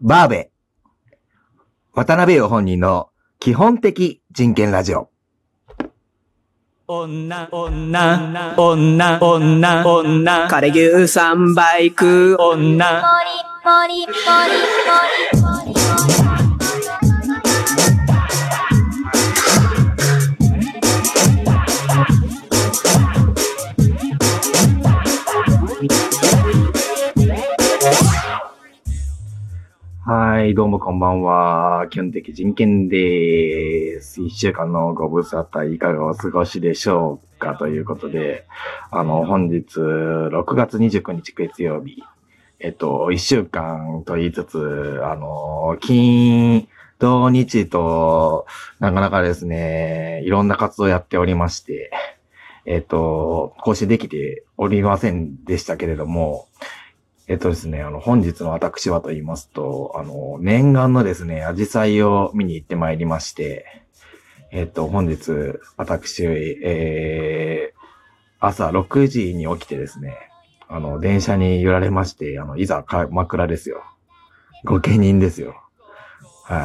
バーベ、渡辺陽本人の基本的人権ラジオ。 女、女、女、女、女、カレ牛3倍食う女。ポリ、ポリ、ポリ、ポリ、ポリ、ポリ。 はい、どうもこんばんは。基本的人権です。一週間のご無沙汰いかがお過ごしでしょうかということで、本日6月29日月曜日、一週間と言いつつ、金、土日と、なかなかですね、いろんな活動をやっておりまして、更新できておりませんでしたけれども、ですね、本日の私はと言いますと、念願のですね、アジサイを見に行ってまいりまして、本日、私、朝6時に起きてですね、電車に揺られまして、いざ鎌倉ですよ。御家人ですよ。はい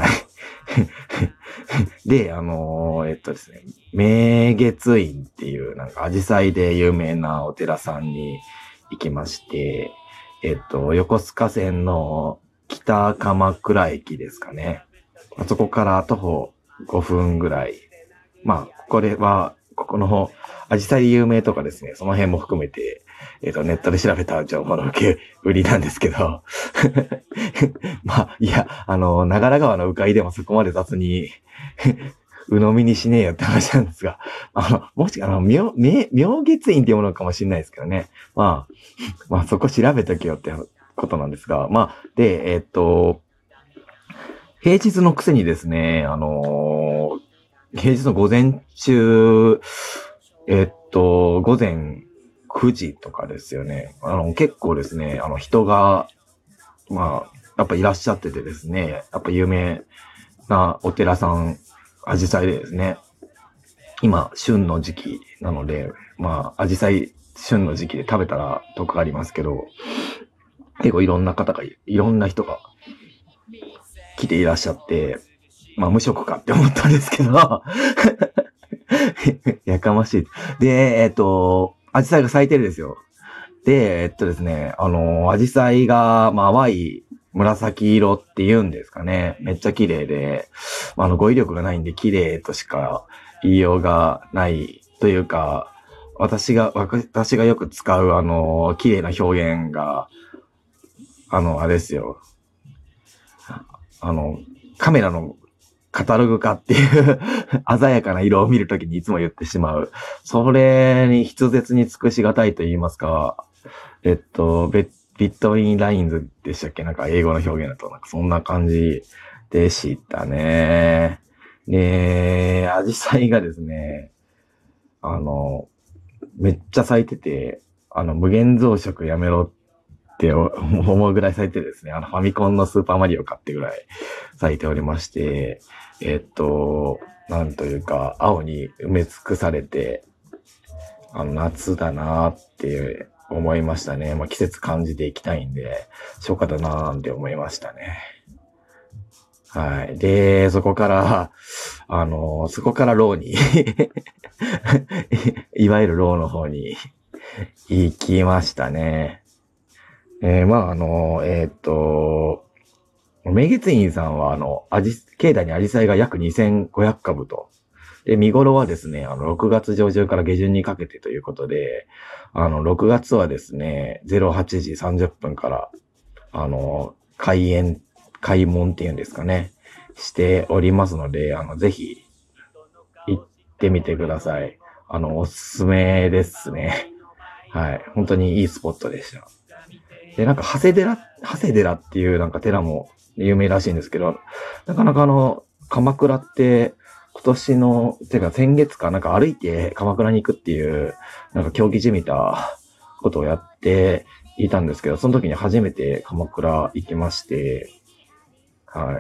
。で、ですね、明月院っていう、なんか、アジサイで有名なお寺さんに行きまして、横須賀線の北鎌倉駅ですかね。そこから徒歩5分ぐらい。まあ、これは、ここのアジサイ有名とかですね、その辺も含めて、ネットで調べた情報の受け売りなんですけど。まあ、いや、長良川の鵜飼でもそこまで雑に、鵜呑みにしねえよって話なんですが、もし、明月院っていうものかもしれないですけどね。まあ、そこ調べとけよってことなんですが、まあ、で、平日のくせにですね、平日の午前中、午前9時とかですよね。結構ですね、人が、まあ、やっぱいらっしゃっててですね、やっぱ有名なお寺さん、アジサイでですね、今、旬の時期なので、まあ、アジサイ旬の時期で食べたら得がありますけど、結構いろんな人が来ていらっしゃって、まあ、無職かって思ったんですけど、やかましい。で、アジサイが咲いてるんですよ。で、ですね、アジサイが、まあ、淡い紫色って言うんですかね。めっちゃ綺麗で、語彙力がないんで綺麗としか言いようがないというか、私がよく使う綺麗な表現が、あれですよ。カメラのカタログ化っていう鮮やかな色を見るときにいつも言ってしまう。それに筆舌に尽くしがたいと言いますか、ビットインラインズでしたっけ？なんか英語の表現だと、なんかそんな感じでしたね。で、アジサイがですね、めっちゃ咲いてて、無限増殖やめろって思うぐらい咲いてですね、ファミコンのスーパーマリオ買ってぐらい咲いておりまして、なんというか、青に埋め尽くされて、夏だなーって思いましたね。まあ、季節感じていきたいんで、初夏だなーって思いましたね。はい。で、そこからローに、いわゆるローの方に行きましたね。まあ、明月院さんは、境内にアジサイが約2500株と。で、見頃はですね、6月上旬から下旬にかけてということで、6月はですね、08時30分から、開門っていうんですかね、しておりますので、ぜひ、行ってみてください。おすすめですね。はい。本当にいいスポットでした。で、なんか、長谷寺っていうなんか寺も有名らしいんですけど、なかなか鎌倉って、今年の、てか先月かなんか歩いて鎌倉に行くっていう、なんか競技じみたことをやっていたんですけど、その時に初めて鎌倉行きまして、はい、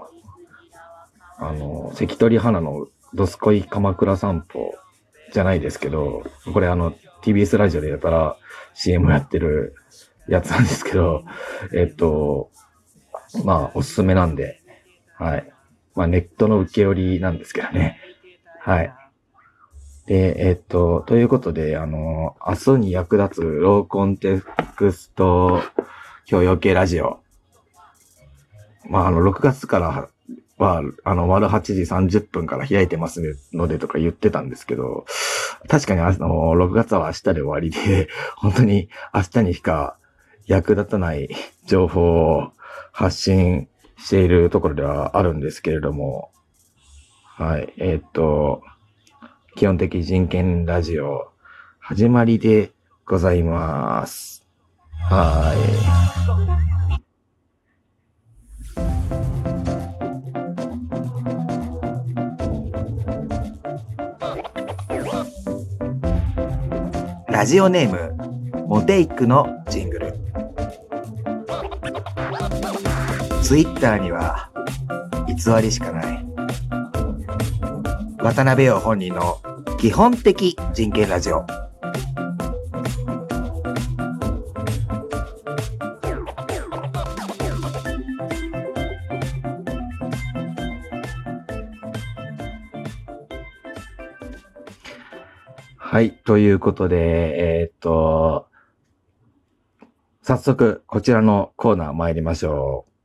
関取花のどすこい鎌倉散歩じゃないですけど、これTBS ラジオでやったら CM やってるやつなんですけど、 まあ、おすすめなんで、はい。まあ、ネットの受け売りなんですけどね。はい。で、ということで、明日に役立つローコンテクスト教養系ラジオ。まあ、6月からは、丸8時30分から開いてますのでとか言ってたんですけど、確かに6月は明日で終わりで、本当に明日にしか役立たない情報を発信しているところではあるんですけれども、はい、基本的人権ラジオ、始まりでございます。はい。ラジオネーム、モテイクのジングル。ツイッターには偽りしかない。渡辺陽本人の基本的人権ラジオ。はい。ということで、早速、こちらのコーナー参りましょう。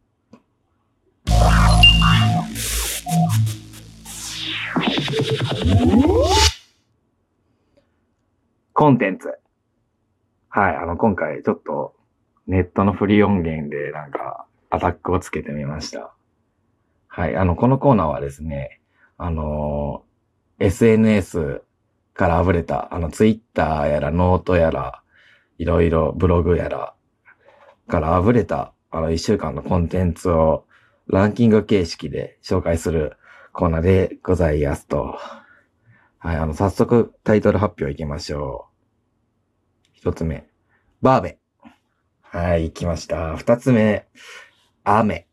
コンテンツ。はい。今回ちょっとネットのフリー音源でなんかアタックをつけてみました。はい。このコーナーはですね、SNS から溢れた、ツイッターやらノートやら、いろいろブログやらから溢れた、1週間のコンテンツをランキング形式で紹介するコーナーでございますと。はい。早速タイトル発表いきましょう。一つ目、バーベ。はい、行きました。二つ目、雨。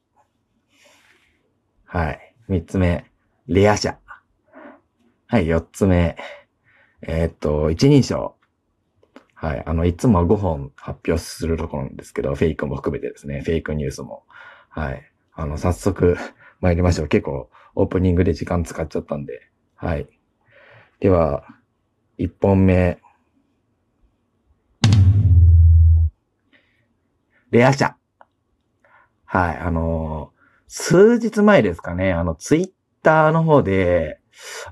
はい。三つ目、レア車。はい、四つ目、一人称。はい。いつもは5本発表するところなんですけど、フェイクも含めてですね、フェイクニュースも。はい。早速参りましょう。結構オープニングで時間使っちゃったんで。はい。では、一本目。レア車。はい。数日前ですかね、ツイッターの方で、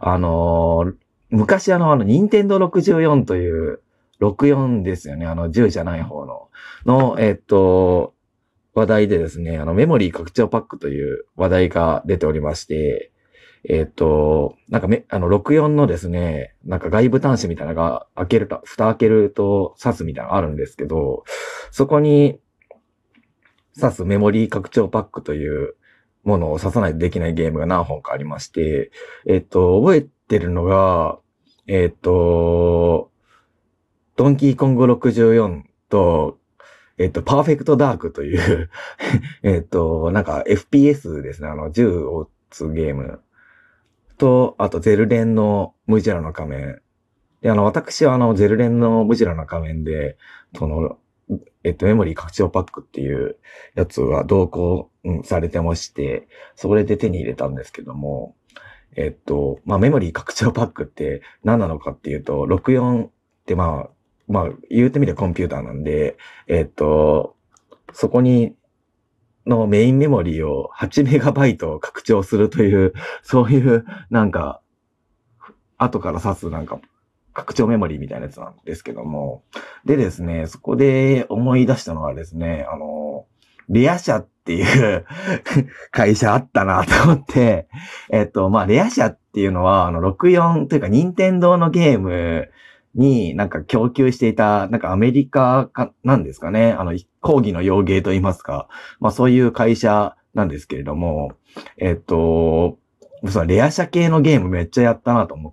昔任天堂64という64ですよね。10じゃない方の、話題でですね、メモリー拡張パックという話題が出ておりまして、なんか64のですね、なんか外部端子みたいなのが蓋開けると挿すみたいなのがあるんですけど、そこに挿すメモリー拡張パックというものを挿さないとできないゲームが何本かありまして、覚えてるのが、ドンキーコング64と、パーフェクトダークというなんか FPS ですね。銃を撃つゲームと、あとゼルデンのムジュラの仮面。で、私はゼルデンのムジュラの仮面で、メモリー拡張パックっていうやつは同梱、されてまして、それで手に入れたんですけども、メモリー拡張パックって何なのかっていうと、64って言うてみればコンピューターなんで、そこに、のメインメモリーを8メガバイト拡張するという、そういう、なんか、後から挿すなんか、拡張メモリーみたいなやつなんですけども。でですね、そこで思い出したのはですね、レア社っていう会社あったなと思って、レア社っていうのは、64というか、任天堂のゲームになんか供給していた、なんかアメリカか、なんですかね、講義の洋芸と言いますか、そういう会社なんですけれども、そのレア社系のゲームめっちゃやったなと思って、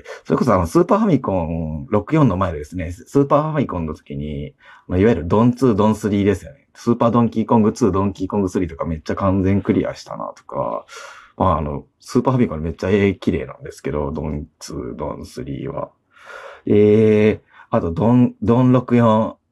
それこそスーパーファミコン64の前でですね、スーパーファミコンの時に、いわゆるドン2、ドン3ですよね。スーパードンキーコング2、ドンキーコング3とかめっちゃ完全クリアしたなとか、スーパーファミコンめっちゃ綺麗なんですけど、ドン2、ドン3は。あとドン64、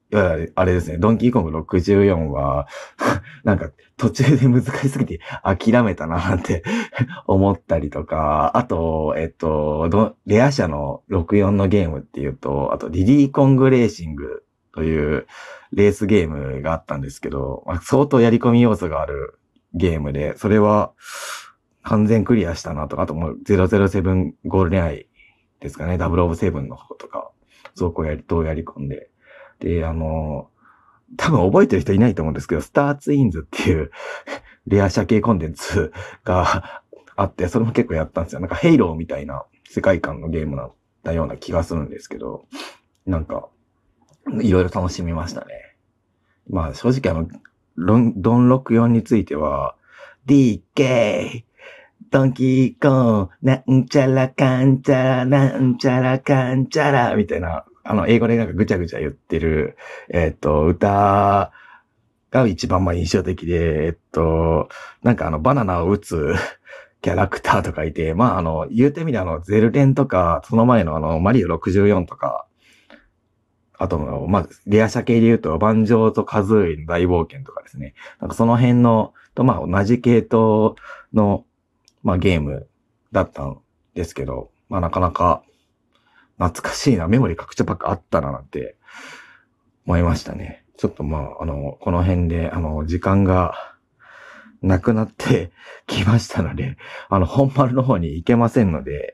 いや、あれですね、ドンキーコング64は、なんか途中で難しすぎて諦めたななんて思ったりとか、あと、レア社の64のゲームっていうと、あとリリーコングレーシングというレースゲームがあったんですけど、まあ、相当やり込み要素があるゲームで、それは完全クリアしたなとか、あともう007ゴールデンアイですかね、007の方とか、そこどうやり込んで、で、多分覚えてる人いないと思うんですけど、スターツインズっていうレア社系コンテンツがあって、それも結構やったんですよ。なんかヘイローみたいな世界観のゲームだったような気がするんですけど、なんか、いろいろ楽しみましたね。まあ正直ドン64については、DK、ドンキーコン、なんちゃらかんちゃら、なんちゃらかんちゃら、みたいな、英語でなんかぐちゃぐちゃ言ってる、歌が一番まあ印象的で、なんかバナナを打つキャラクターとかいて、まあ言うてみりゃゼルデンとか、その前のマリオ64とか、あと、まあ、レア社系で言うと、万丈とカズーイの大冒険とかですね。なんかその辺の、とまあ同じ系統の、まあゲームだったんですけど、まあなかなか懐かしいな、メモリ拡張パックあったななんて思いましたね。ちょっとまあ、この辺で、時間がなくなってきましたので、本丸の方に行けませんので、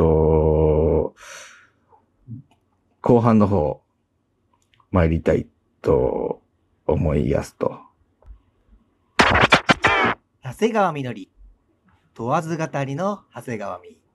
後半の方、参りたいと思いやすと。 長谷川みのり、問わず語りの長谷川み。